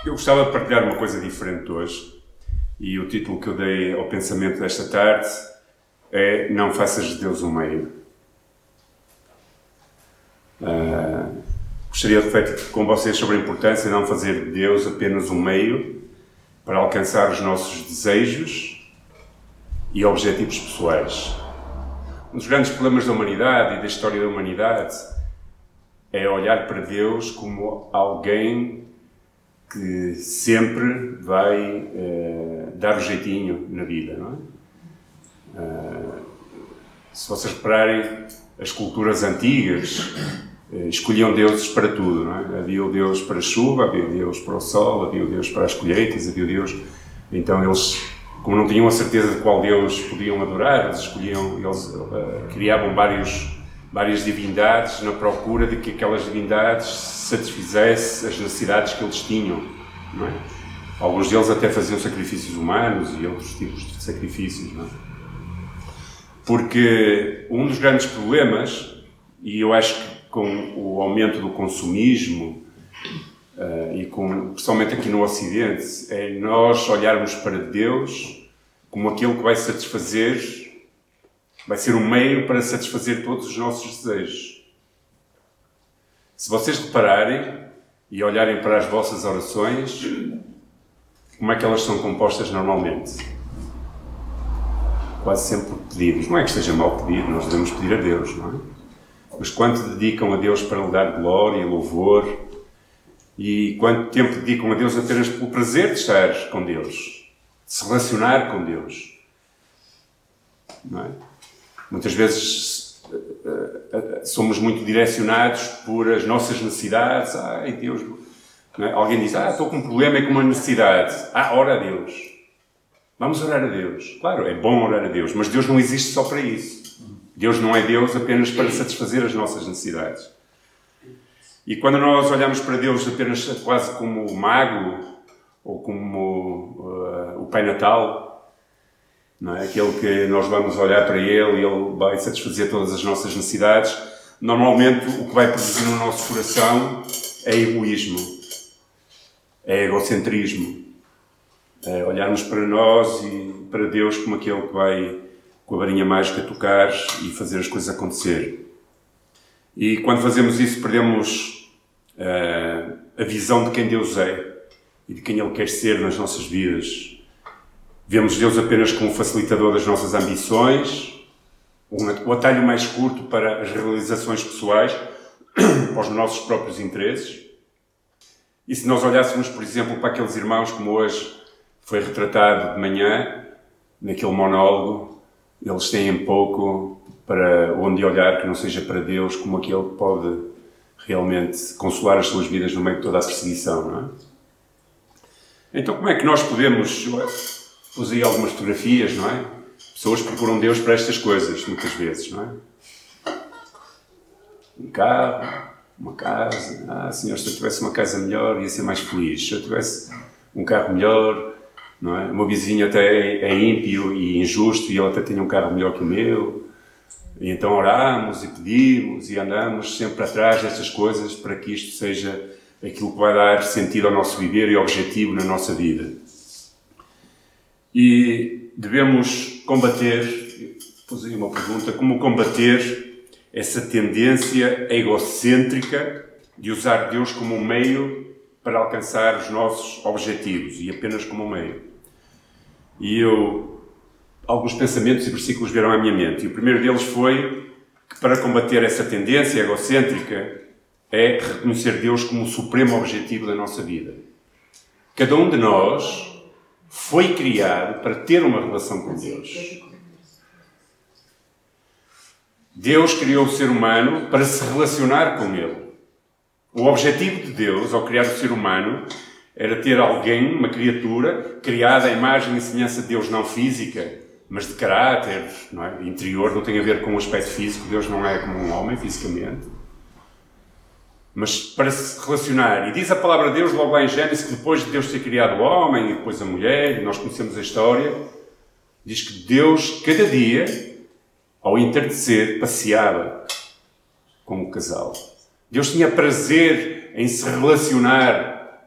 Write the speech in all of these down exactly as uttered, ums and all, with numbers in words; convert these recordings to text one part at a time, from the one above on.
Eu gostava de partilhar uma coisa diferente hoje, e o título que eu dei ao pensamento desta tarde é Não faças de Deus um meio. Uh, gostaria de refletir com vocês sobre a importância de não fazer de Deus apenas um meio para alcançar os nossos desejos e objetivos pessoais. Um dos grandes problemas da humanidade e da história da humanidade é olhar para Deus como alguém que sempre vai uh, dar o jeitinho na vida, não é? Uh, se vocês repararem, as culturas antigas uh, escolhiam deuses para tudo, não é? Havia o Deus para a chuva, havia o Deus para o sol, havia o Deus para as colheitas, havia o Deus... Então eles, como não tinham a certeza de qual Deus podiam adorar, eles escolhiam, eles uh, criavam vários, várias divindades na procura de que aquelas divindades satisfizessem as necessidades que eles tinham, não é? Alguns deles até faziam sacrifícios humanos e outros tipos de sacrifícios, não é? Porque um dos grandes problemas, e eu acho que com o aumento do consumismo, uh, e com, principalmente aqui no Ocidente, é nós olharmos para Deus como aquele que vai satisfazer, vai ser um meio para satisfazer todos os nossos desejos. Se vocês repararem e olharem para as vossas orações, como é que elas são compostas normalmente? Quase sempre por pedidos. Não é que esteja mal pedir, nós devemos pedir a Deus, não é? Mas quanto dedicam a Deus para lhe dar glória e louvor? E quanto tempo dedicam a Deus apenas pelo prazer de estar com Deus? De se relacionar com Deus? Não é? Muitas vezes somos muito direcionados por as nossas necessidades. Ai, Deus... Não é? Alguém diz, ah, estou com um problema e com uma necessidade. Ah, ora a Deus. Vamos orar a Deus. Claro, é bom orar a Deus, mas Deus não existe só para isso. Deus não é Deus apenas para satisfazer as nossas necessidades. E quando nós olhamos para Deus apenas quase como o mago, ou como uh, o Pai Natal, não é? Aquele que nós vamos olhar para Ele e Ele vai satisfazer todas as nossas necessidades, normalmente o que vai produzir no nosso coração é egoísmo, é egocentrismo. É olharmos para nós e para Deus como aquele que vai com a varinha mágica tocar e fazer as coisas acontecer. E quando fazemos isso perdemos uh, a visão de quem Deus é e de quem Ele quer ser nas nossas vidas. Vemos Deus apenas como facilitador das nossas ambições, o atalho mais curto para as realizações pessoais, para os nossos próprios interesses. E se nós olhássemos, por exemplo, para aqueles irmãos como hoje foi retratado de manhã, naquele monólogo, eles têm pouco para onde olhar que não seja para Deus como aquele que pode realmente consolar as suas vidas no meio de toda a perseguição, não é? Então como é que nós podemos... Usei algumas fotografias, não é? Pessoas procuram Deus para estas coisas, muitas vezes, não é? Um carro, uma casa. Ah, Senhor, se eu tivesse uma casa melhor, ia ser mais feliz. Se eu tivesse um carro melhor, não é? O meu vizinho até é, é ímpio e injusto e ele até tem um carro melhor que o meu. E então oramos e pedimos e andamos sempre atrás destas coisas para que isto seja aquilo que vai dar sentido ao nosso viver e objetivo na nossa vida. E devemos combater, pus aí uma pergunta, como combater essa tendência egocêntrica de usar Deus como um meio para alcançar os nossos objetivos e apenas como um meio. E eu, alguns pensamentos e versículos vieram à minha mente. E o primeiro deles foi que para combater essa tendência egocêntrica é reconhecer Deus como o supremo objetivo da nossa vida. Cada um de nós foi criado para ter uma relação com Deus. Deus criou o ser humano para se relacionar com Ele. O objetivo de Deus, ao criar o ser humano, era ter alguém, uma criatura, criada à imagem e semelhança de Deus, não física, mas de caráter, não é? Interior, não tem a ver com o aspecto físico. Deus não é como um homem, fisicamente. Mas para se relacionar. E diz a palavra de Deus, logo lá em Gênesis, que depois de Deus ter criado o homem e depois a mulher, e nós conhecemos a história, diz que Deus, cada dia, ao entardecer, passeava com o casal. Deus tinha prazer em se relacionar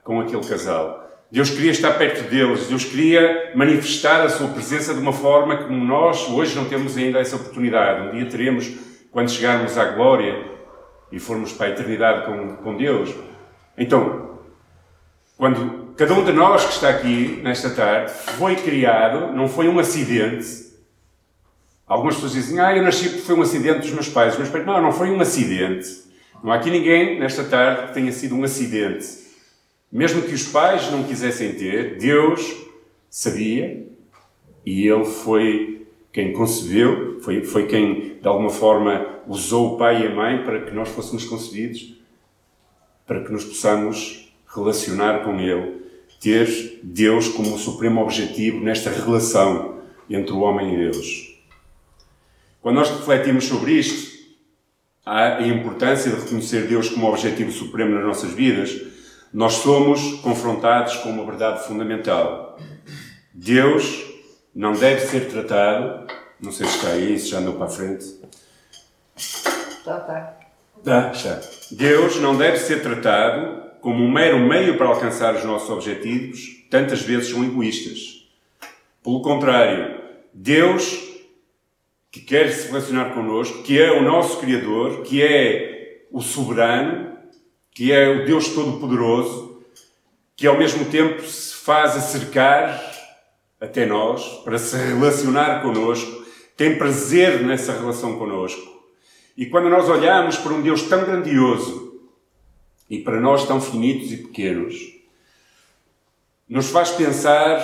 com aquele casal. Deus queria estar perto deles. Deus queria manifestar a sua presença de uma forma que nós hoje não temos ainda essa oportunidade. Um dia teremos, quando chegarmos à glória e formos para a eternidade com, com Deus. Então, quando cada um de nós que está aqui nesta tarde foi criado, não foi um acidente. Algumas pessoas dizem, ah, eu nasci porque foi um acidente dos meus pais. Mas não, não foi um acidente. Não há aqui ninguém nesta tarde que tenha sido um acidente. Mesmo que os pais não quisessem ter, Deus sabia e Ele foi quem concebeu, foi, foi quem, de alguma forma, usou o pai e a mãe para que nós fôssemos concebidos, para que nos possamos relacionar com Ele, ter Deus como o supremo objetivo nesta relação entre o homem e Deus. Quando nós refletimos sobre isto, há a importância de reconhecer Deus como objetivo supremo nas nossas vidas. Nós somos confrontados com uma verdade fundamental. Deus não deve ser tratado... Não sei se está aí, se já andou para a frente. Está, está. Está, está. Deus não deve ser tratado como um mero meio para alcançar os nossos objetivos. Tantas vezes são egoístas. Pelo contrário, Deus, que quer se relacionar connosco, que é o nosso Criador, que é o soberano, que é o Deus Todo-Poderoso, que ao mesmo tempo se faz acercar até nós, para se relacionar connosco, tem prazer nessa relação connosco. E quando nós olhamos para um Deus tão grandioso e para nós tão finitos e pequenos, nos faz pensar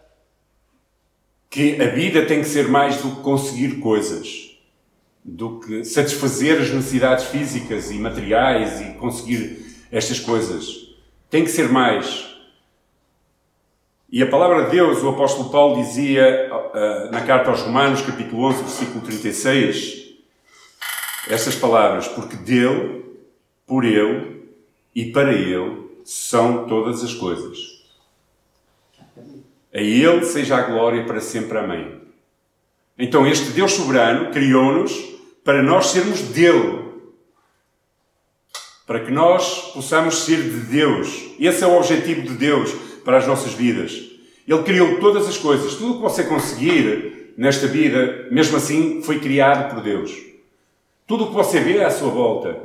que a vida tem que ser mais do que conseguir coisas, do que satisfazer as necessidades físicas e materiais e conseguir estas coisas. Tem que ser mais. E a palavra de Deus, o apóstolo Paulo dizia uh, na carta aos Romanos, capítulo onze, versículo trinta e seis, estas palavras: porque dele, por ele e para ele são todas as coisas. A ele seja a glória para sempre. Amém. Então este Deus soberano criou-nos para nós sermos dele. Para que nós possamos ser de Deus. Esse é o objetivo de Deus para as nossas vidas. Ele criou todas as coisas. Tudo o que você conseguir nesta vida, mesmo assim, foi criado por Deus. Tudo o que você vê à sua volta,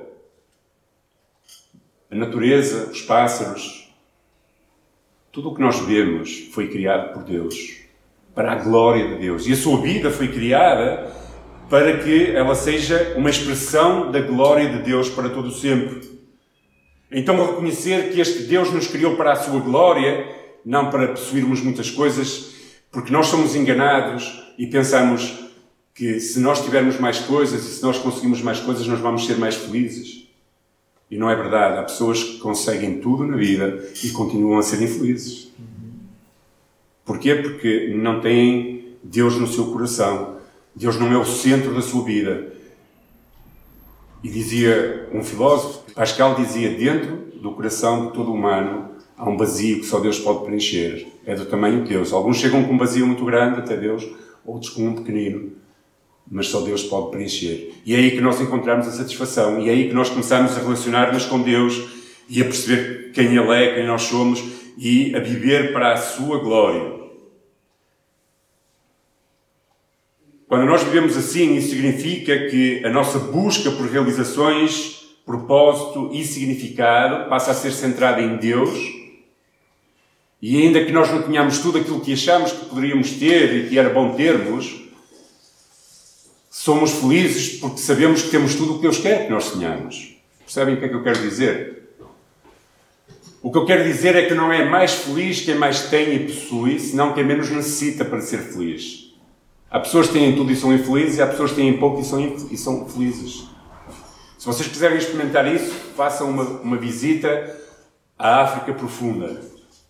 a natureza, os pássaros, tudo o que nós vemos foi criado por Deus, para a glória de Deus. E a sua vida foi criada para que ela seja uma expressão da glória de Deus para todo o sempre. Então, reconhecer que este Deus nos criou para a sua glória, não para possuirmos muitas coisas, porque nós somos enganados e pensamos que se nós tivermos mais coisas e se nós conseguimos mais coisas, nós vamos ser mais felizes. E não é verdade. Há pessoas que conseguem tudo na vida e continuam a ser infelizes. Porquê? Porque não têm Deus no seu coração. Deus não é o centro da sua vida. E dizia um filósofo, Pascal dizia, dentro do coração de todo humano há um vazio que só Deus pode preencher. É do tamanho de Deus. Alguns chegam com um vazio muito grande até Deus, outros com um pequenino. Mas só Deus pode preencher. E é aí que nós encontramos a satisfação. E é aí que nós começamos a relacionar-nos com Deus e a perceber quem Ele é, quem nós somos e a viver para a sua glória. Quando nós vivemos assim, isso significa que a nossa busca por realizações, propósito e significado passa a ser centrada em Deus. E ainda que nós não tenhamos tudo aquilo que achamos que poderíamos ter e que era bom termos, somos felizes porque sabemos que temos tudo o que Deus quer que nós tenhamos. Percebem o que é que eu quero dizer? O que eu quero dizer é que não é mais feliz quem mais tem e possui, senão quem menos necessita para ser feliz. Há pessoas que têm tudo e são infelizes, e há pessoas que têm pouco e são, e são felizes. Se vocês quiserem experimentar isso, façam uma, uma visita à África profunda.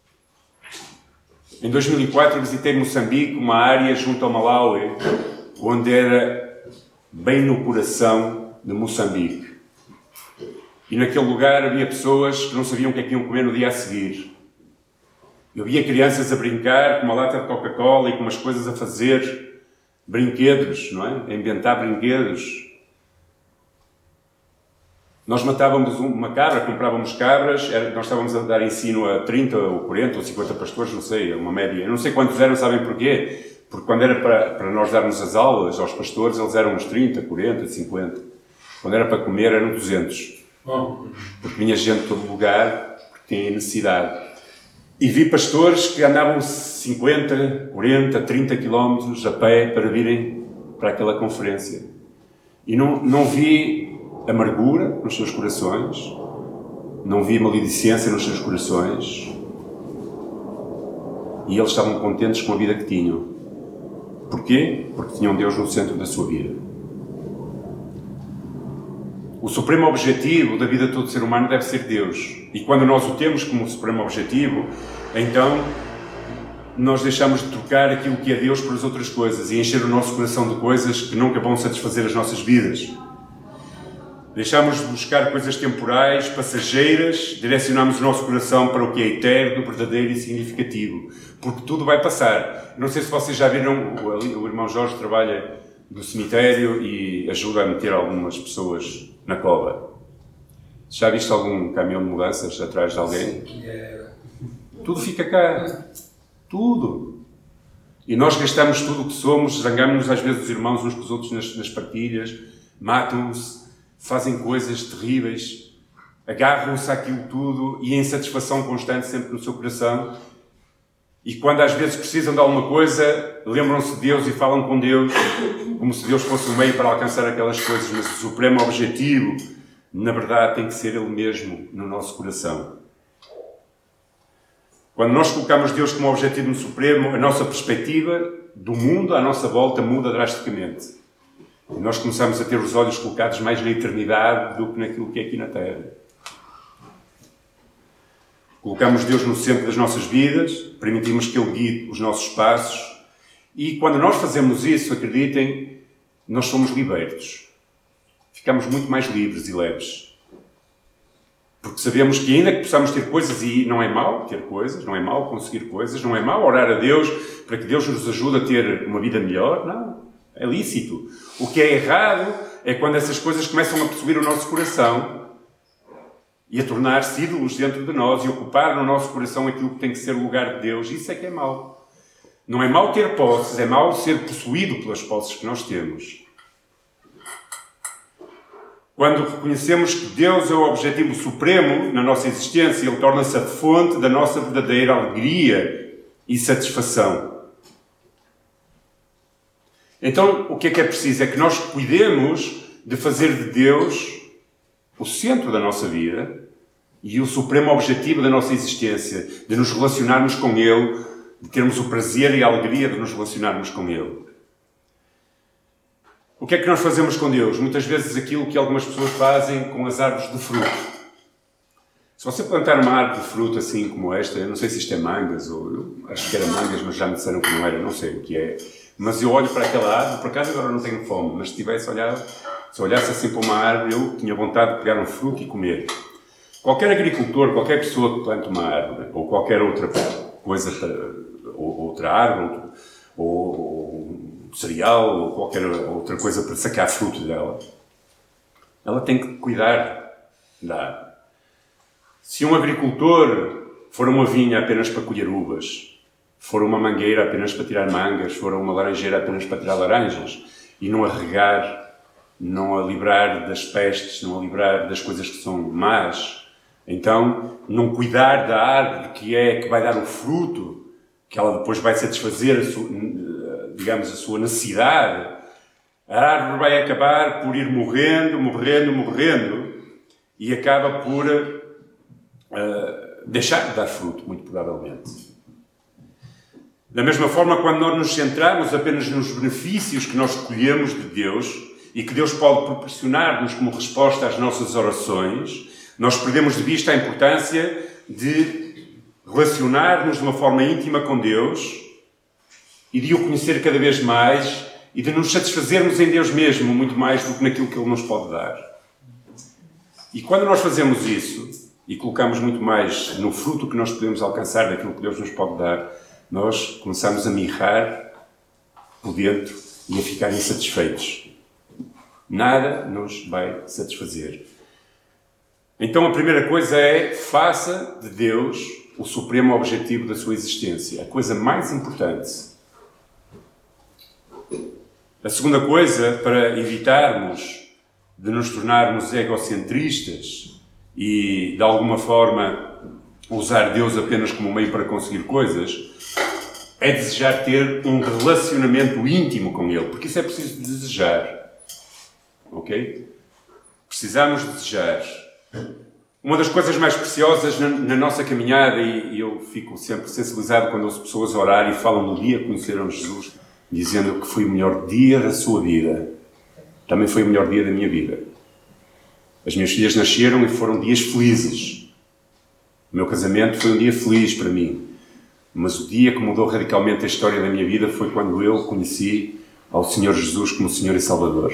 Em dois mil e quatro visitei Moçambique, uma área junto ao Malawi, onde era bem no coração de Moçambique. E naquele lugar havia pessoas que não sabiam o que é que iam comer no dia a seguir. Eu via crianças a brincar com uma lata de Coca-Cola e com umas coisas a fazer, brinquedos, não é? A inventar brinquedos. Nós matávamos uma cabra, comprávamos cabras, era, nós estávamos a dar ensino a trinta ou quarenta ou cinquenta pastores, não sei, uma média. Eu não sei quantos eram, sabem porquê? Porque quando era para, para nós darmos as aulas aos pastores, eles eram uns trinta, quarenta, cinquenta. Quando era para comer, eram duzentos. Porque vinha gente de todo lugar, porque tinha necessidade. E vi pastores que andavam cinquenta, quarenta, trinta quilómetros a pé para virem para aquela conferência. E não, não vi amargura nos seus corações, não vi maledicência nos seus corações, e eles estavam contentes com a vida que tinham. Porquê? Porque tinham Deus no centro da sua vida. O supremo objetivo da vida de todo ser humano deve ser Deus. E quando nós o temos como supremo objetivo, então nós deixamos de trocar aquilo que é Deus por as outras coisas e encher o nosso coração de coisas que nunca vão satisfazer as nossas vidas. Deixamos de buscar coisas temporais, passageiras, direcionamos o nosso coração para o que é eterno, verdadeiro e significativo. Porque tudo vai passar. Não sei se vocês já viram, o irmão Jorge trabalha no cemitério e ajuda a meter algumas pessoas na cova. Já viste algum caminhão de mudanças atrás de alguém? Tudo fica cá. Tudo. E nós gastamos tudo o que somos, zangamos-nos às vezes os irmãos uns com os outros nas, nas partilhas, matam-se, fazem coisas terríveis, agarram-se àquilo tudo e a insatisfação constante sempre no seu coração. E quando às vezes precisam de alguma coisa, lembram-se de Deus e falam com Deus, como se Deus fosse o meio para alcançar aquelas coisas, mas o supremo objetivo, na verdade, tem que ser Ele mesmo no nosso coração. Quando nós colocamos Deus como objetivo no supremo, a nossa perspectiva do mundo à nossa volta muda drasticamente. E nós começamos a ter os olhos colocados mais na eternidade do que naquilo que é aqui na Terra. Colocamos Deus no centro das nossas vidas, permitimos que Ele guie os nossos passos e quando nós fazemos isso, acreditem, nós somos libertos. Ficamos muito mais livres e leves. Porque sabemos que ainda que possamos ter coisas, e não é mau ter coisas, não é mau conseguir coisas, não é mau orar a Deus para que Deus nos ajude a ter uma vida melhor, não. É lícito. O que é errado é quando essas coisas começam a possuir o nosso coração e a tornar-se ídolos dentro de nós e ocupar no nosso coração aquilo que tem que ser o lugar de Deus. Isso é que é mau. Não é mau ter posses, é mau ser possuído pelas posses que nós temos. Quando reconhecemos que Deus é o objetivo supremo na nossa existência, Ele torna-se a fonte da nossa verdadeira alegria e satisfação. Então, o que é que é preciso? É que nós cuidemos de fazer de Deus o centro da nossa vida e o supremo objetivo da nossa existência, de nos relacionarmos com Ele, de termos o prazer e a alegria de nos relacionarmos com Ele. O que é que nós fazemos com Deus? Muitas vezes aquilo que algumas pessoas fazem com as árvores de fruto. Se você plantar uma árvore de fruto assim como esta, eu não sei se isto é mangas, ou eu acho que era mangas, mas já me disseram que não era, não sei o que é. Mas eu olho para aquela árvore, por acaso agora não tenho fome, mas se tivesse olhado, se olhasse assim para uma árvore, eu tinha vontade de pegar um fruto e comer. Qualquer agricultor, qualquer pessoa que planta uma árvore, ou qualquer outra coisa, ou outra árvore, ou, ou um cereal, ou qualquer outra coisa para sacar fruto dela, ela tem que cuidar da árvore. Se um agricultor for uma vinha apenas para colher uvas, for uma mangueira apenas para tirar mangas, for uma laranjeira apenas para tirar laranjas, e não a regar, não a livrar das pestes, não a livrar das coisas que são más, então não cuidar da árvore que é que vai dar o fruto, que ela depois vai satisfazer a sua, digamos, a sua necessidade, a árvore vai acabar por ir morrendo, morrendo, morrendo, e acaba por uh, deixar de dar fruto, muito provavelmente. Da mesma forma, quando nós nos centramos apenas nos benefícios que nós escolhemos de Deus e que Deus pode proporcionar-nos como resposta às nossas orações, nós perdemos de vista a importância de relacionar-nos de uma forma íntima com Deus e de o conhecer cada vez mais e de nos satisfazermos em Deus mesmo muito mais do que naquilo que Ele nos pode dar. E quando nós fazemos isso e colocamos muito mais no fruto que nós podemos alcançar daquilo que Deus nos pode dar, nós começamos a mirrar por dentro e a ficar insatisfeitos. Nada nos vai satisfazer. Então a primeira coisa é: faça de Deus o supremo objetivo da sua existência, a coisa mais importante. A segunda coisa, para evitarmos de nos tornarmos egocentristas e, de alguma forma, usar Deus apenas como meio para conseguir coisas, é desejar ter um relacionamento íntimo com Ele, porque isso é preciso desejar. Ok? Precisamos desejar. Uma das coisas mais preciosas na, na nossa caminhada, e, e eu fico sempre sensibilizado quando ouço pessoas orar e falam no dia que conheceram Jesus, dizendo que foi o melhor dia da sua vida. Também foi o melhor dia da minha vida. As minhas filhas nasceram e foram dias felizes. O meu casamento foi um dia feliz para mim. Mas o dia que mudou radicalmente a história da minha vida foi quando eu conheci ao Senhor Jesus como Senhor e Salvador.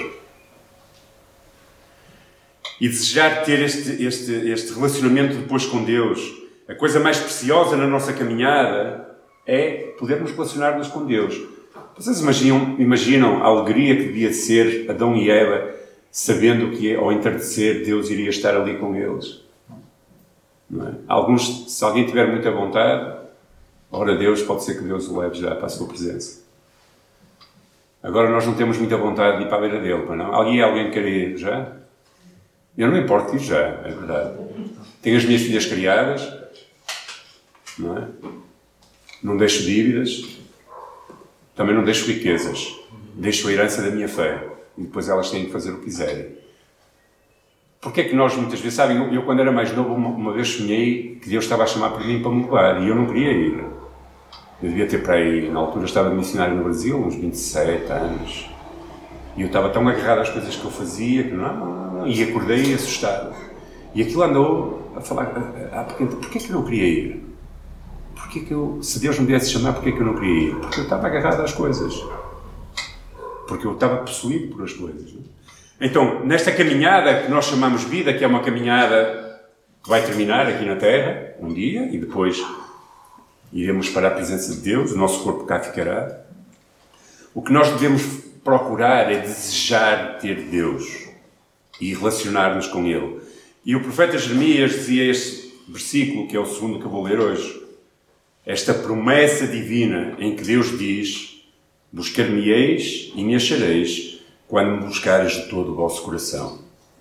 E desejar ter este, este, este relacionamento depois com Deus, a coisa mais preciosa na nossa caminhada é podermos relacionar-nos com Deus. Vocês imaginam, imaginam a alegria que devia ser Adão e Eva, sabendo que ao entardecer Deus iria estar ali com eles? Não é? Alguns, se alguém tiver muita vontade, ora Deus, pode ser que Deus o leve já para a sua presença. Agora nós não temos muita vontade de ir para a beira dele, para não? Alguém, alguém quer ir já? Eu não me importo de ir já, é verdade. Tenho as minhas filhas criadas, não é? Não deixo dívidas, também não deixo riquezas. Deixo a herança da minha fé. E depois elas têm que fazer o que quiserem. Porquê é que nós muitas vezes, sabem, eu, eu quando era mais novo, uma, uma vez sonhei que Deus estava a chamar por mim para me levar e eu não queria ir. Eu devia ter para aí, na altura estava de missionário no Brasil, uns vinte e sete anos. E eu estava tão agarrado às coisas que eu fazia, que não, não, não, e acordei assustado. E aquilo andou a falar, ah, porque, porquê é que eu não queria ir? Porquê que eu, se Deus me viesse chamar, porquê que eu não queria ir? Porque eu estava agarrado às coisas. Porque eu estava possuído por as coisas. Não? Então, nesta caminhada que nós chamamos vida, que é uma caminhada que vai terminar aqui na Terra, um dia, e depois iremos para a presença de Deus, o nosso corpo cá ficará. O que nós devemos procurar é desejar ter Deus e relacionar-nos com Ele. E o profeta Jeremias dizia este versículo, que é o segundo que eu vou ler hoje. Esta promessa divina em que Deus diz: buscar-me-eis e me achareis quando me buscares de todo o vosso coração.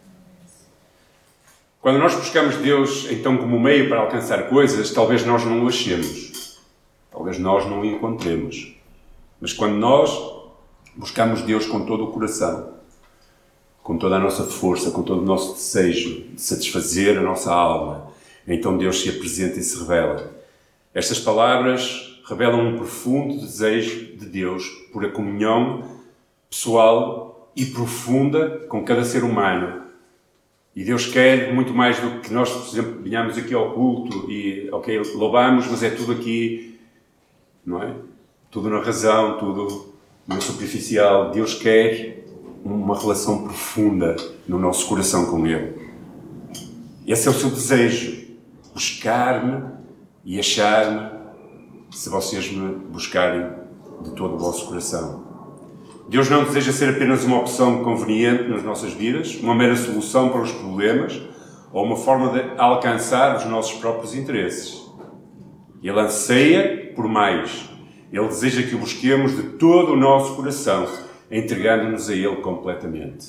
Quando nós buscamos Deus, então, como meio para alcançar coisas, talvez nós não o achemos. Talvez nós não o encontremos. Mas quando nós buscamos Deus com todo o coração, com toda a nossa força, com todo o nosso desejo de satisfazer a nossa alma, então Deus se apresenta e se revela. Estas palavras revelam um profundo desejo de Deus por a comunhão pessoal e profunda com cada ser humano. E Deus quer muito mais do que nós, por exemplo, venhamos aqui ao culto e, ok, louvamos, mas é tudo aqui, não é? Tudo na razão, tudo no superficial. Deus quer uma relação profunda no nosso coração com Ele. Esse é o seu desejo. Buscar-me e achar-me, se vocês me buscarem de todo o vosso coração. Deus não deseja ser apenas uma opção conveniente nas nossas vidas, uma mera solução para os problemas ou uma forma de alcançar os nossos próprios interesses. Ele anseia por mais. Ele deseja que o busquemos de todo o nosso coração, entregando-nos a Ele completamente.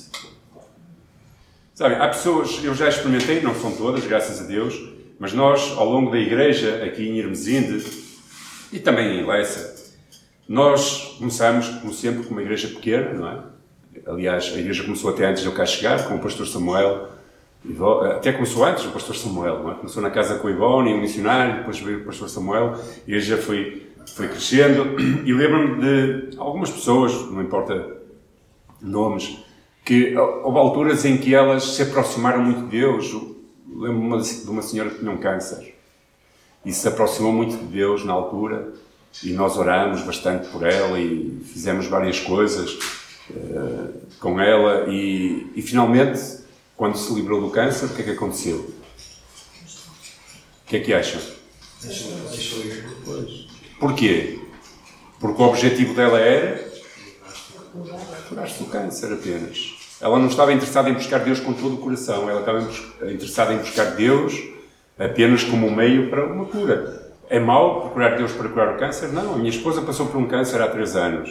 Sabem, há pessoas, eu já experimentei, não são todas, graças a Deus, mas nós, ao longo da igreja, aqui em Irmesinde, e também em Leça, nós começamos, como sempre, com uma igreja pequena, não é? Aliás, a igreja começou até antes de eu cá chegar, com o pastor Samuel, até começou antes o pastor Samuel, não é? Começou na casa com o Ivone, um missionário, depois veio o pastor Samuel, a igreja foi, foi crescendo, e lembro-me de algumas pessoas, não importa nomes, que houve alturas em que elas se aproximaram muito de Deus. Lembro-me de uma senhora que tinha um câncer, e se aproximou muito de Deus na altura, e nós orámos bastante por ela, e fizemos várias coisas uh, com ela, e, e finalmente, quando se livrou do câncer, o que é que aconteceu? O que é que acham? Deixou ir depois. Porquê? Porque o objetivo dela era curar-se do câncer apenas. Ela não estava interessada em buscar Deus com todo o coração. Ela estava interessada em buscar Deus apenas como um meio para uma cura. É mau procurar Deus para curar o câncer? Não. A minha esposa passou por um câncer há três anos.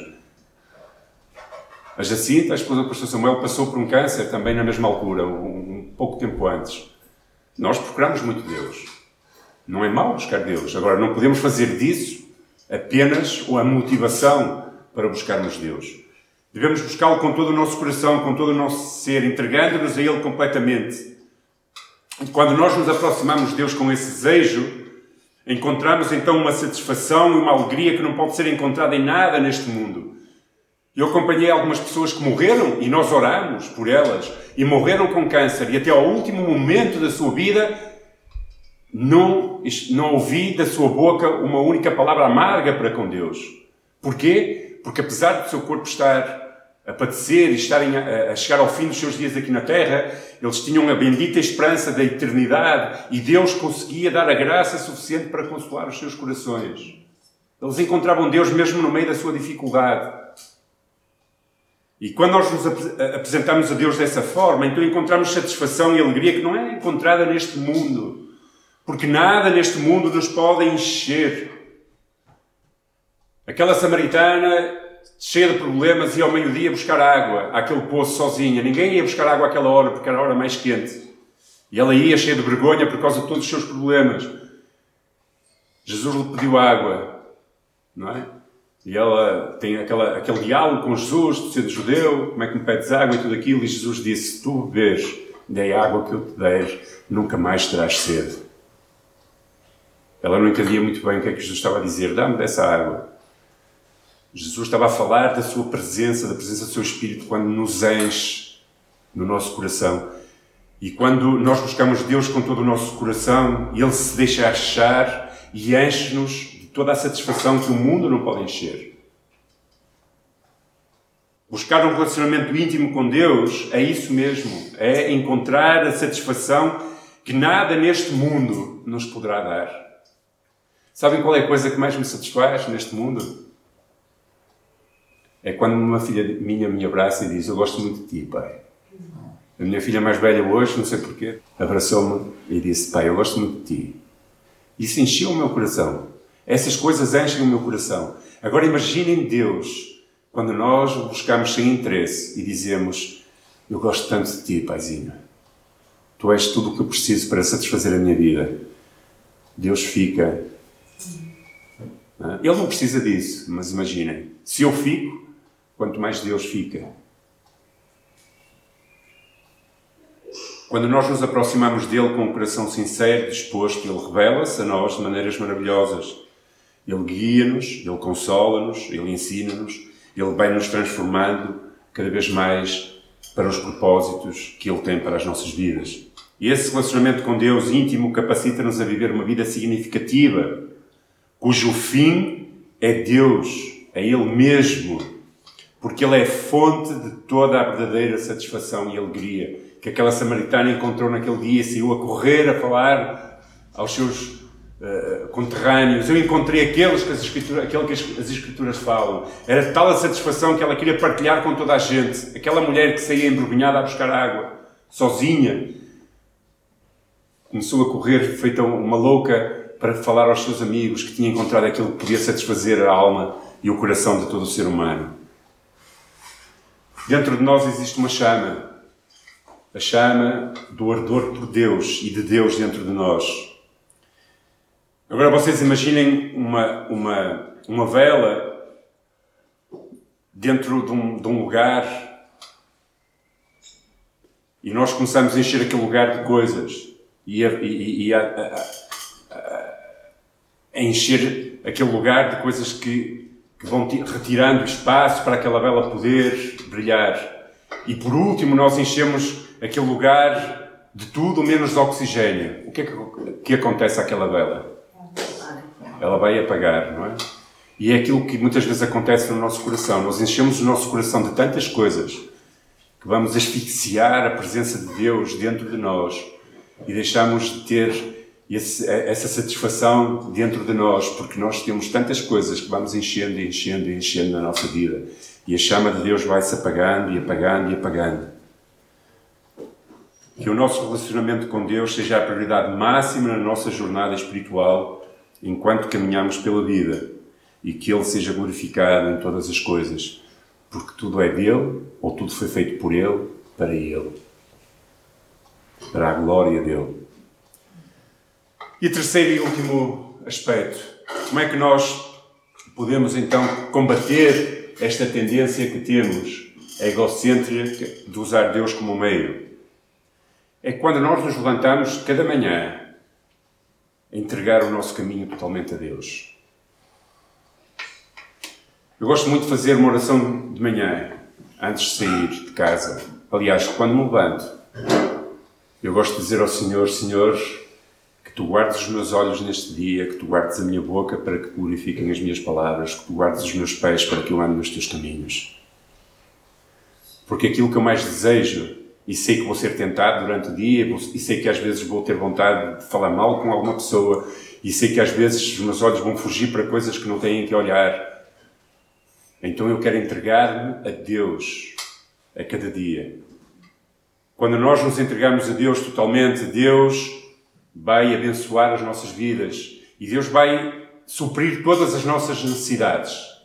A Jacinta, a esposa do pastor Samuel, passou por um câncer também na mesma altura, um, um pouco tempo antes. Nós procuramos muito Deus. Não é mau buscar Deus. Agora, não podemos fazer disso apenas a motivação para buscarmos Deus. Devemos buscá-lo com todo o nosso coração, com todo o nosso ser, entregando-nos a Ele completamente. E quando nós nos aproximamos de Deus com esse desejo, encontramos então uma satisfação e uma alegria que não pode ser encontrada em nada neste mundo. Eu acompanhei algumas pessoas que morreram e nós oramos por elas e morreram com câncer e até ao último momento da sua vida não, não ouvi da sua boca uma única palavra amarga para com Deus. Porquê? Porque apesar do seu corpo estar a padecer e estarem a, a chegar ao fim dos seus dias aqui na Terra, eles tinham a bendita esperança da eternidade e Deus conseguia dar a graça suficiente para consolar os seus corações. Eles encontravam Deus mesmo no meio da sua dificuldade. E quando nós nos apresentamos a Deus dessa forma, então encontramos satisfação e alegria que não é encontrada neste mundo. Porque nada neste mundo nos pode encher. Aquela samaritana, cheia de problemas, ia ao meio-dia buscar água àquele poço sozinha. Ninguém ia buscar água àquela hora, porque era a hora mais quente. E ela ia cheia de vergonha por causa de todos os seus problemas. Jesus lhe pediu água, não é? E ela tem aquela, aquele diálogo com Jesus, de ser judeu, como é que me pedes água e tudo aquilo, e Jesus disse, se tu beberes da água que eu te der, nunca mais terás sede. Ela não entendia muito bem o que é que Jesus estava a dizer, dá-me dessa água. Jesus estava a falar da sua presença, da presença do seu Espírito, quando nos enche no nosso coração. E quando nós buscamos Deus com todo o nosso coração, Ele se deixa achar e enche-nos toda a satisfação que o mundo não pode encher. Buscar um relacionamento íntimo com Deus é isso mesmo. É encontrar a satisfação que nada neste mundo nos poderá dar. Sabem qual é a coisa que mais me satisfaz neste mundo? É quando uma filha minha me abraça e diz, eu gosto muito de ti, pai. A minha filha mais velha hoje, não sei porquê, abraçou-me e disse, pai, eu gosto muito de ti. Isso encheu o meu coração. Essas coisas enchem o meu coração. Agora imaginem Deus, quando nós o buscamos sem interesse e dizemos, eu gosto tanto de ti, paizinho. Tu és tudo o que eu preciso para satisfazer a minha vida. Deus fica... Ele não precisa disso, mas imaginem. Se eu fico, quanto mais Deus fica. Quando nós nos aproximamos dele com um coração sincero, disposto, ele revela-se a nós de maneiras maravilhosas. Ele guia-nos, Ele consola-nos, Ele ensina-nos, Ele vai nos transformando cada vez mais para os propósitos que Ele tem para as nossas vidas. E esse relacionamento com Deus íntimo capacita-nos a viver uma vida significativa, cujo fim é Deus, é Ele mesmo, porque Ele é fonte de toda a verdadeira satisfação e alegria que aquela samaritana encontrou naquele dia e saiu a correr a falar aos seus Uh, conterrâneos. Eu encontrei aqueles que as escrituras, aquele que as, as escrituras falam. Era tal a satisfação que ela queria partilhar com toda a gente. Aquela mulher que saía envergonhada a buscar água, sozinha, começou a correr feita uma louca para falar aos seus amigos que tinha encontrado aquilo que podia satisfazer a alma e o coração de todo o ser humano. Dentro de nós existe uma chama. A chama do ardor por Deus e de Deus dentro de nós. Agora vocês imaginem uma, uma, uma vela dentro de um, de um lugar e nós começamos a encher aquele lugar de coisas e a, e, e a, a, a, a encher aquele lugar de coisas que, que vão retirando espaço para aquela vela poder brilhar. E por último nós enchemos aquele lugar de tudo menos de oxigênio. O que é que, que acontece àquela vela? Ela vai apagar, não é? E é aquilo que muitas vezes acontece no nosso coração. Nós enchemos o nosso coração de tantas coisas que vamos asfixiar a presença de Deus dentro de nós e deixamos de ter esse, essa satisfação dentro de nós, porque nós temos tantas coisas que vamos enchendo e enchendo e enchendo na nossa vida. E a chama de Deus vai-se apagando e apagando e apagando. que o nosso relacionamento com Deus seja a prioridade máxima na nossa jornada espiritual enquanto caminhamos pela vida e que Ele seja glorificado em todas as coisas, porque tudo é dele, ou tudo foi feito por Ele, para Ele, para a glória dele. E terceiro e último aspecto, como é que nós podemos então combater esta tendência que temos egocêntrica de usar Deus como meio? É quando nós nos levantamos cada manhã a entregar o nosso caminho totalmente a Deus. Eu gosto muito de fazer uma oração de manhã, antes de sair de casa. Aliás, quando me levanto, eu gosto de dizer ao Senhor: Senhor, que Tu guardes os meus olhos neste dia, que Tu guardes a minha boca para que glorifiquem as minhas palavras, que Tu guardes os meus pés para que eu ande nos Teus caminhos. Porque aquilo que eu mais desejo, e sei que vou ser tentado durante o dia, e sei que às vezes vou ter vontade de falar mal com alguma pessoa, e sei que às vezes os meus olhos vão fugir para coisas que não têm que olhar. Então eu quero entregar-me a Deus a cada dia. Quando nós nos entregamos a Deus totalmente, Deus vai abençoar as nossas vidas e Deus vai suprir todas as nossas necessidades.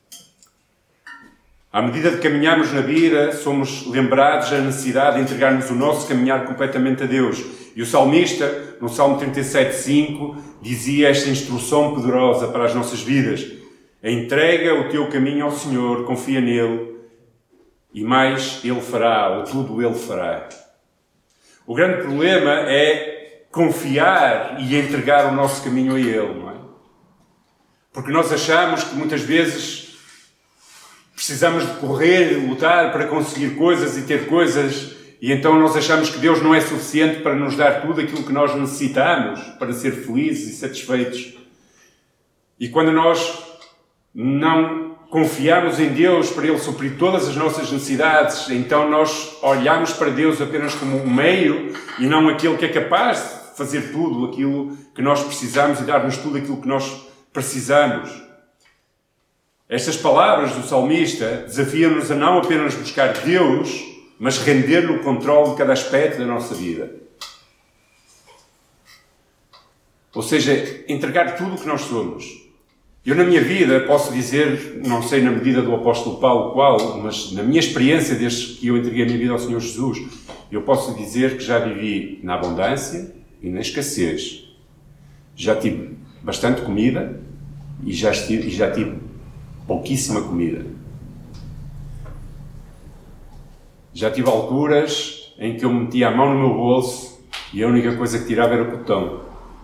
À medida que caminhamos na vida, somos lembrados da necessidade de entregarmos o nosso caminhar completamente a Deus. E o salmista, no Salmo trinta e sete, cinco, dizia esta instrução poderosa para as nossas vidas: entrega o teu caminho ao Senhor, confia nele, e mais Ele fará, ou tudo Ele fará. O grande problema é confiar e entregar o nosso caminho a Ele, não é? Porque nós achamos que muitas vezes precisamos de correr e lutar para conseguir coisas e ter coisas, e então nós achamos que Deus não é suficiente para nos dar tudo aquilo que nós necessitamos para ser felizes e satisfeitos. E quando nós não confiamos em Deus para Ele suprir todas as nossas necessidades, então nós olhamos para Deus apenas como um meio e não aquele que é capaz de fazer tudo aquilo que nós precisamos e dar-nos tudo aquilo que nós precisamos. Estas palavras do salmista desafiam-nos a não apenas buscar Deus, mas render-lhe o controle de cada aspecto da nossa vida. Ou seja, entregar tudo o que nós somos. Eu, na minha vida, posso dizer, não sei na medida do apóstolo Paulo qual, mas na minha experiência desde que eu entreguei a minha vida ao Senhor Jesus, eu posso dizer que já vivi na abundância e na escassez. Já tive bastante comida e já, estive, e já tive pouquíssima comida. Já tive alturas em que eu metia a mão no meu bolso e a única coisa que tirava era o cotão.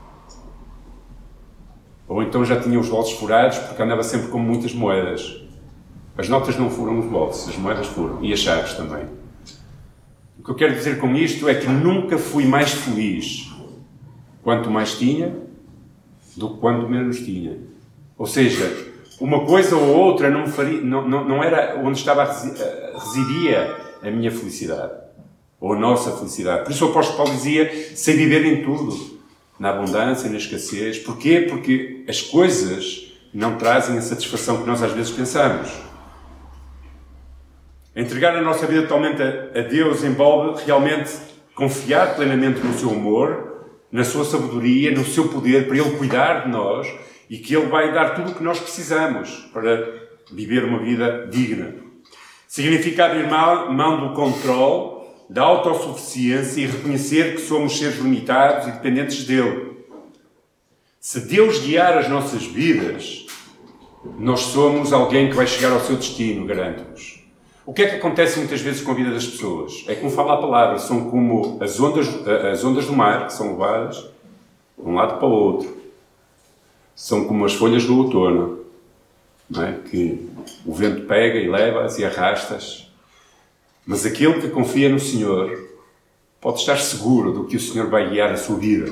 Ou então já tinha os bolsos furados porque andava sempre com muitas moedas. As notas não foram nos bolsos, as moedas foram. E as chaves também. O que eu quero dizer com isto é que nunca fui mais feliz quanto mais tinha do que quanto menos tinha. Ou seja, uma coisa ou outra não, faria, não, não, não era onde estava a residia a minha felicidade. Ou a nossa felicidade. Por isso o apóstolo Paulo dizia: sei viver em tudo. Na abundância, na escassez. Porquê? Porque as coisas não trazem a satisfação que nós às vezes pensamos. Entregar a nossa vida totalmente a, a Deus envolve realmente confiar plenamente no seu amor, na sua sabedoria, no seu poder, para Ele cuidar de nós e que Ele vai dar tudo o que nós precisamos para viver uma vida digna. Significa abrir mão do controle, da autossuficiência e reconhecer que somos seres limitados e dependentes dele. Se Deus guiar as nossas vidas, nós somos alguém que vai chegar ao seu destino, garanto-vos. O que é que acontece muitas vezes com a vida das pessoas? É como fala a palavra, são como as ondas, as ondas do mar, que são levadas de um lado para o outro. São como as folhas do outono, não é? Que o vento pega e leva-as e arrasta-as. Mas aquele que confia no Senhor pode estar seguro do que o Senhor vai guiar a sua vida.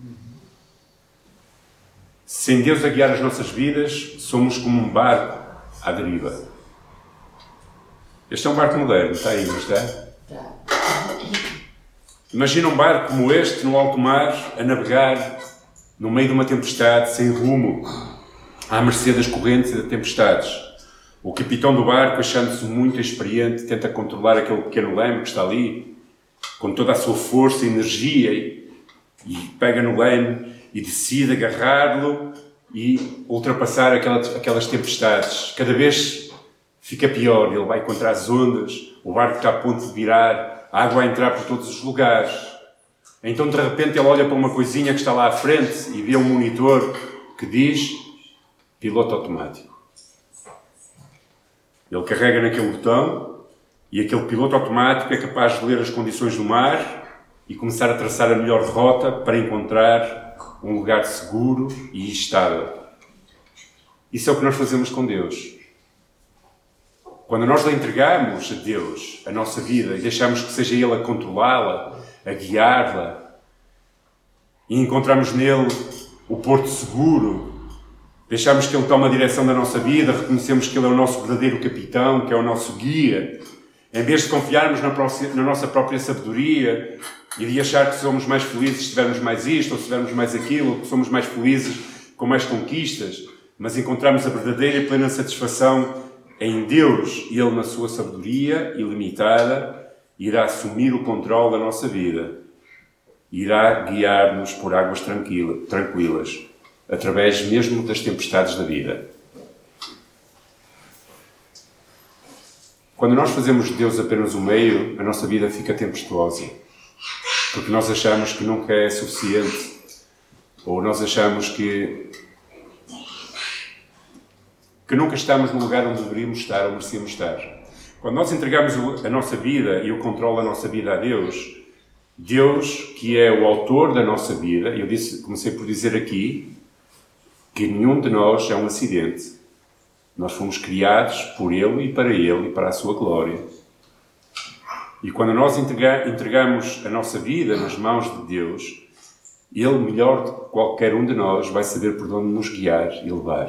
Sem Deus a guiar as nossas vidas, somos como um barco à deriva. Este é um barco moderno, está aí, não está? Tá. Imagina um barco como este, no alto mar, a navegar no meio de uma tempestade, sem rumo, à mercê das correntes e das tempestades. O capitão do barco, achando-se muito experiente, tenta controlar aquele pequeno leme que está ali com toda a sua força e energia, e, e pega no leme e decide agarrá-lo e ultrapassar aquelas, aquelas tempestades. Cada vez fica pior, ele vai contra as ondas, o barco está a ponto de virar, a água a entrar por todos os lugares. Então, de repente, ele olha para uma coisinha que está lá à frente e vê um monitor que diz piloto automático. Ele carrega naquele botão e aquele piloto automático é capaz de ler as condições do mar e começar a traçar a melhor rota para encontrar um lugar seguro e estável. Isso é o que nós fazemos com Deus. Quando nós lhe entregamos a Deus a nossa vida e deixamos que seja Ele a controlá-la, a guiá-la, e encontramos nele o porto seguro, deixamos que Ele tome a direção da nossa vida, reconhecemos que Ele é o nosso verdadeiro capitão, que é o nosso guia, em vez de confiarmos na, próxima, na nossa própria sabedoria e de achar que somos mais felizes se tivermos mais isto ou se tivermos mais aquilo, ou que somos mais felizes com mais conquistas, mas encontramos a verdadeira e plena satisfação em Deus, e Ele, na sua sabedoria ilimitada, irá assumir o controle da nossa vida. Irá guiar-nos por águas tranquila, tranquilas, através mesmo das tempestades da vida. Quando nós fazemos de Deus apenas o meio, a nossa vida fica tempestuosa. Porque nós achamos que nunca é suficiente, ou nós achamos que que nunca estamos no lugar onde deveríamos estar ou merecíamos estar. Quando nós entregamos a nossa vida e o controle da nossa vida a Deus, Deus, que é o autor da nossa vida, eu disse, comecei por dizer aqui que nenhum de nós é um acidente. Nós fomos criados por Ele e para Ele e para a sua glória. E quando nós entrega, entregamos a nossa vida nas mãos de Deus, Ele, melhor do que qualquer um de nós, vai saber por onde nos guiar e levar.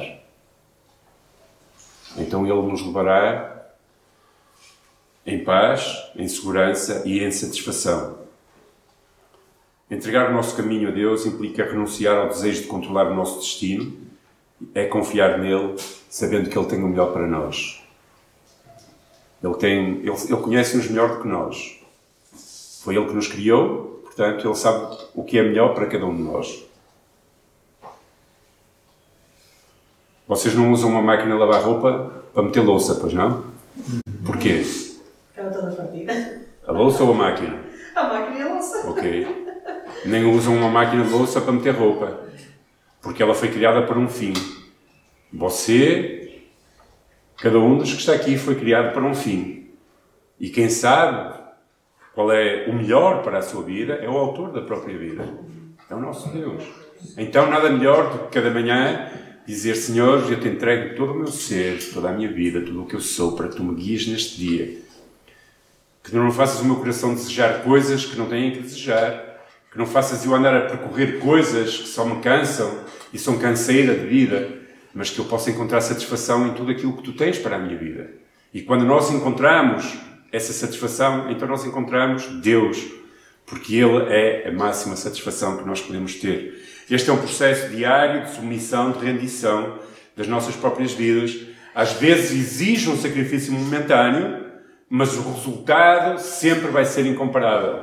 Então Ele nos levará em paz, em segurança e em satisfação. Entregar o nosso caminho a Deus implica renunciar ao desejo de controlar o nosso destino, é confiar nele, sabendo que Ele tem o melhor para nós. Ele, tem, ele, ele conhece-nos melhor do que nós. Foi Ele que nos criou, portanto, Ele sabe o que é melhor para cada um de nós. Vocês não usam uma máquina de lavar roupa para meter louça, pois não? Porquê? Ela toda partida. A louça ou a máquina? A máquina e a louça. Ok. Nem usam uma máquina de louça para meter roupa. Porque ela foi criada para um fim. Você, cada um dos que está aqui foi criado para um fim. E quem sabe qual é o melhor para a sua vida é o autor da própria vida. É o nosso Deus. Então nada melhor do que cada manhã dizer: Senhor, eu te entrego todo o meu ser, toda a minha vida, tudo o que eu sou, para que tu me guies neste dia. Que tu não faças o meu coração desejar coisas que não têm que desejar. Que não faças eu andar a percorrer coisas que só me cansam e são canseira de vida, mas que eu possa encontrar satisfação em tudo aquilo que tu tens para a minha vida. E quando nós encontramos essa satisfação, então nós encontramos Deus, porque Ele é a máxima satisfação que nós podemos ter. Este é um processo diário de submissão, de rendição das nossas próprias vidas. Às vezes exige um sacrifício momentâneo, mas o resultado sempre vai ser incomparável.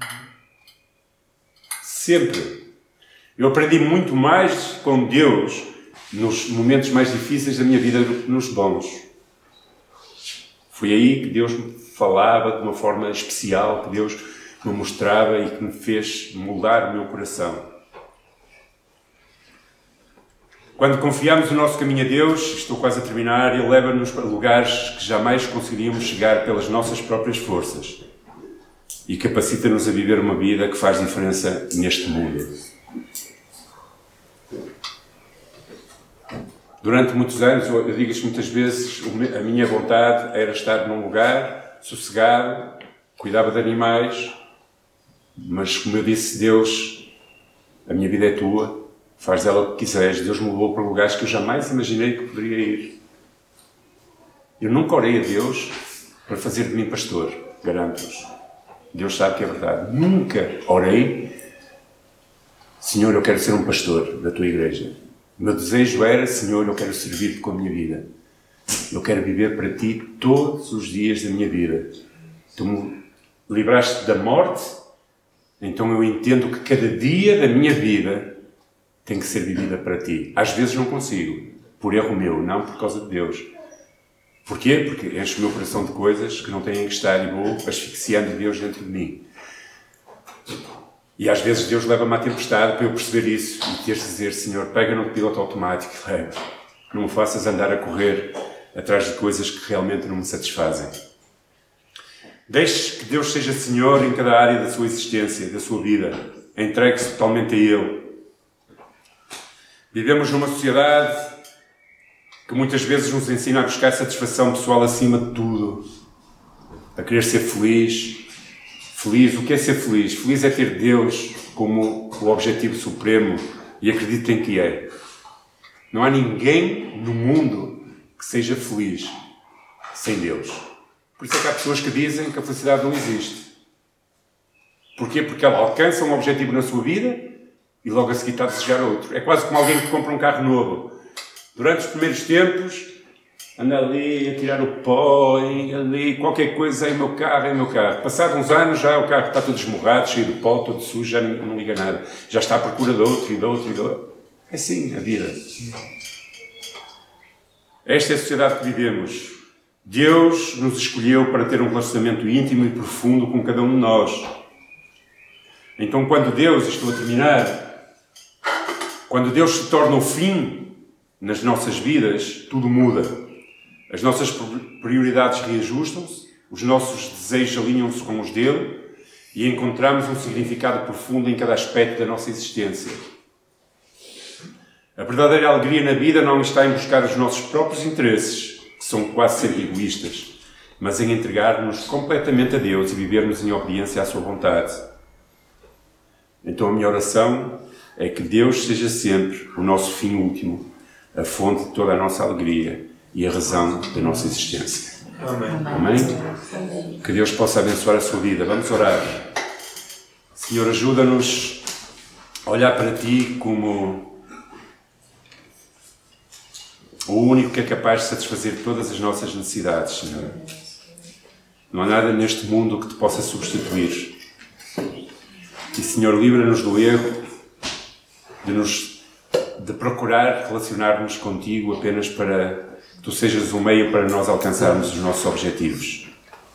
Sempre. Eu aprendi muito mais com Deus nos momentos mais difíceis da minha vida do que nos bons. Foi aí que Deus me falava de uma forma especial, que Deus me mostrava e que me fez moldar o meu coração. Quando confiamos o nosso caminho a Deus, estou quase a terminar, Ele leva-nos para lugares que jamais conseguiríamos chegar pelas nossas próprias forças e capacita-nos a viver uma vida que faz diferença neste mundo. Durante muitos anos, eu digo isto muitas vezes, a minha vontade era estar num lugar sossegado, cuidava de animais, mas como eu disse, Deus, a minha vida é tua, faz dela o que quiseres. Deus me levou para lugares que eu jamais imaginei que poderia ir. Eu nunca orei a Deus para fazer de mim pastor, garanto-vos. Deus sabe que é verdade. Nunca orei: Senhor, eu quero ser um pastor da tua igreja. O meu desejo era: Senhor, eu quero servir-te com a minha vida. Eu quero viver para ti todos os dias da minha vida. Tu me livraste da morte, então eu entendo que cada dia da minha vida tem que ser vivida para ti. Às vezes não consigo, por erro meu, não por causa de Deus. Porquê? Porque encho o meu coração de coisas que não têm que estar e vou asfixiando Deus dentro de mim. E às vezes Deus leva-me à tempestade para eu perceber isso e teres de dizer: Senhor, pega no piloto automático e leva. Não me faças andar a correr atrás de coisas que realmente não me satisfazem. Deixe que Deus seja Senhor em cada área da sua existência, da sua vida. Entregue-se totalmente a Ele. Vivemos numa sociedade que muitas vezes nos ensina a buscar satisfação pessoal acima de tudo. A querer ser feliz. Feliz, o que é ser feliz? Feliz é ter Deus como o objetivo supremo e acreditem que é. Não há ninguém no mundo que seja feliz sem Deus. Por isso é que há pessoas que dizem que a felicidade não existe. Porquê? Porque ela alcança um objetivo na sua vida e logo a seguir está a desejar outro. É quase como alguém que compra um carro novo. Durante os primeiros tempos, anda ali a tirar o pó, e ali qualquer coisa, é o meu carro, é o meu carro. Passados uns anos já o carro está todo esmorrado, cheio de pó, todo sujo, já não, não liga nada. Já está à procura de outro e de outro e de outro. É assim a vida. Esta é a sociedade que vivemos. Deus nos escolheu para ter um relacionamento íntimo e profundo com cada um de nós. Então quando Deus, estou a terminar, quando Deus se torna o fim nas nossas vidas, tudo muda. As nossas prioridades reajustam-se, os nossos desejos alinham-se com os dele e encontramos um significado profundo em cada aspecto da nossa existência. A verdadeira alegria na vida não está em buscar os nossos próprios interesses, que são quase sempre egoístas, mas em entregar-nos completamente a Deus e vivermos em obediência à sua vontade. Então a minha oração é que Deus seja sempre o nosso fim último, a fonte de toda a nossa alegria e a razão da nossa existência. Amém. Amém? Que Deus possa abençoar a sua vida. Vamos orar. Senhor, ajuda-nos a olhar para Ti como o único que é capaz de satisfazer todas as nossas necessidades, Senhor. Não há nada neste mundo que Te possa substituir. E, Senhor, livra-nos do erro de, nos, de procurar relacionar-nos contigo apenas para que Tu sejas o meio para nós alcançarmos os nossos objetivos.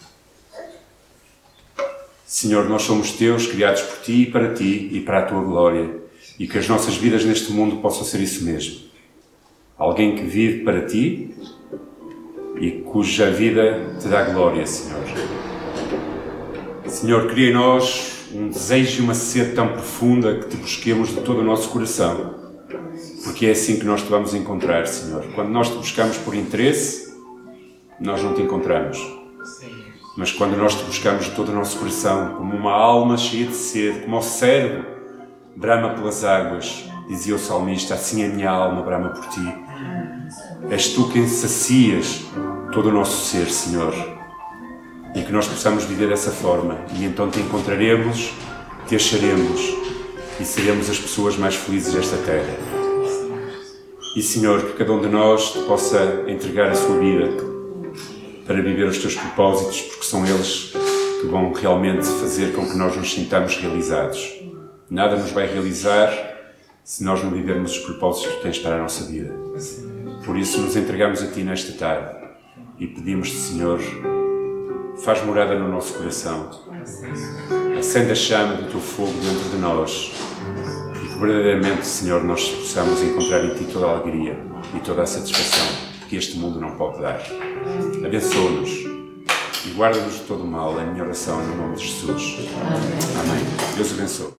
Senhor, nós somos Teus, criados por Ti e para Ti e para a Tua glória, e que as nossas vidas neste mundo possam ser isso mesmo. Alguém que vive para Ti e cuja vida Te dá glória, Senhor. Senhor, cria em nós um desejo e uma sede tão profunda que Te busquemos de todo o nosso coração, porque é assim que nós Te vamos encontrar, Senhor. Quando nós Te buscamos por interesse, nós não Te encontramos. Mas quando nós Te buscamos de todo o nosso coração, como uma alma cheia de sede, como o cérebro brama pelas águas, dizia o salmista, assim a minha alma brama por Ti. És Tu quem sacias todo o nosso ser, Senhor. E que nós possamos viver dessa forma. E então Te encontraremos, Te acharemos e seremos as pessoas mais felizes desta terra. E, Senhor, que cada um de nós Te possa entregar a sua vida para viver os Teus propósitos, porque são eles que vão realmente fazer com que nós nos sintamos realizados. Nada nos vai realizar se nós não vivermos os propósitos que Tu tens para a nossa vida. Por isso nos entregamos a Ti nesta tarde e pedimos-Te, Senhor, faz morada no nosso coração. Acende a chama do Teu fogo dentro de nós e que verdadeiramente, Senhor, nós possamos encontrar em Ti toda a alegria e toda a satisfação que este mundo não pode dar. Abençoa-nos e guarda-nos de todo o mal. É a minha oração no nome de Jesus. Amém. Deus abençoe.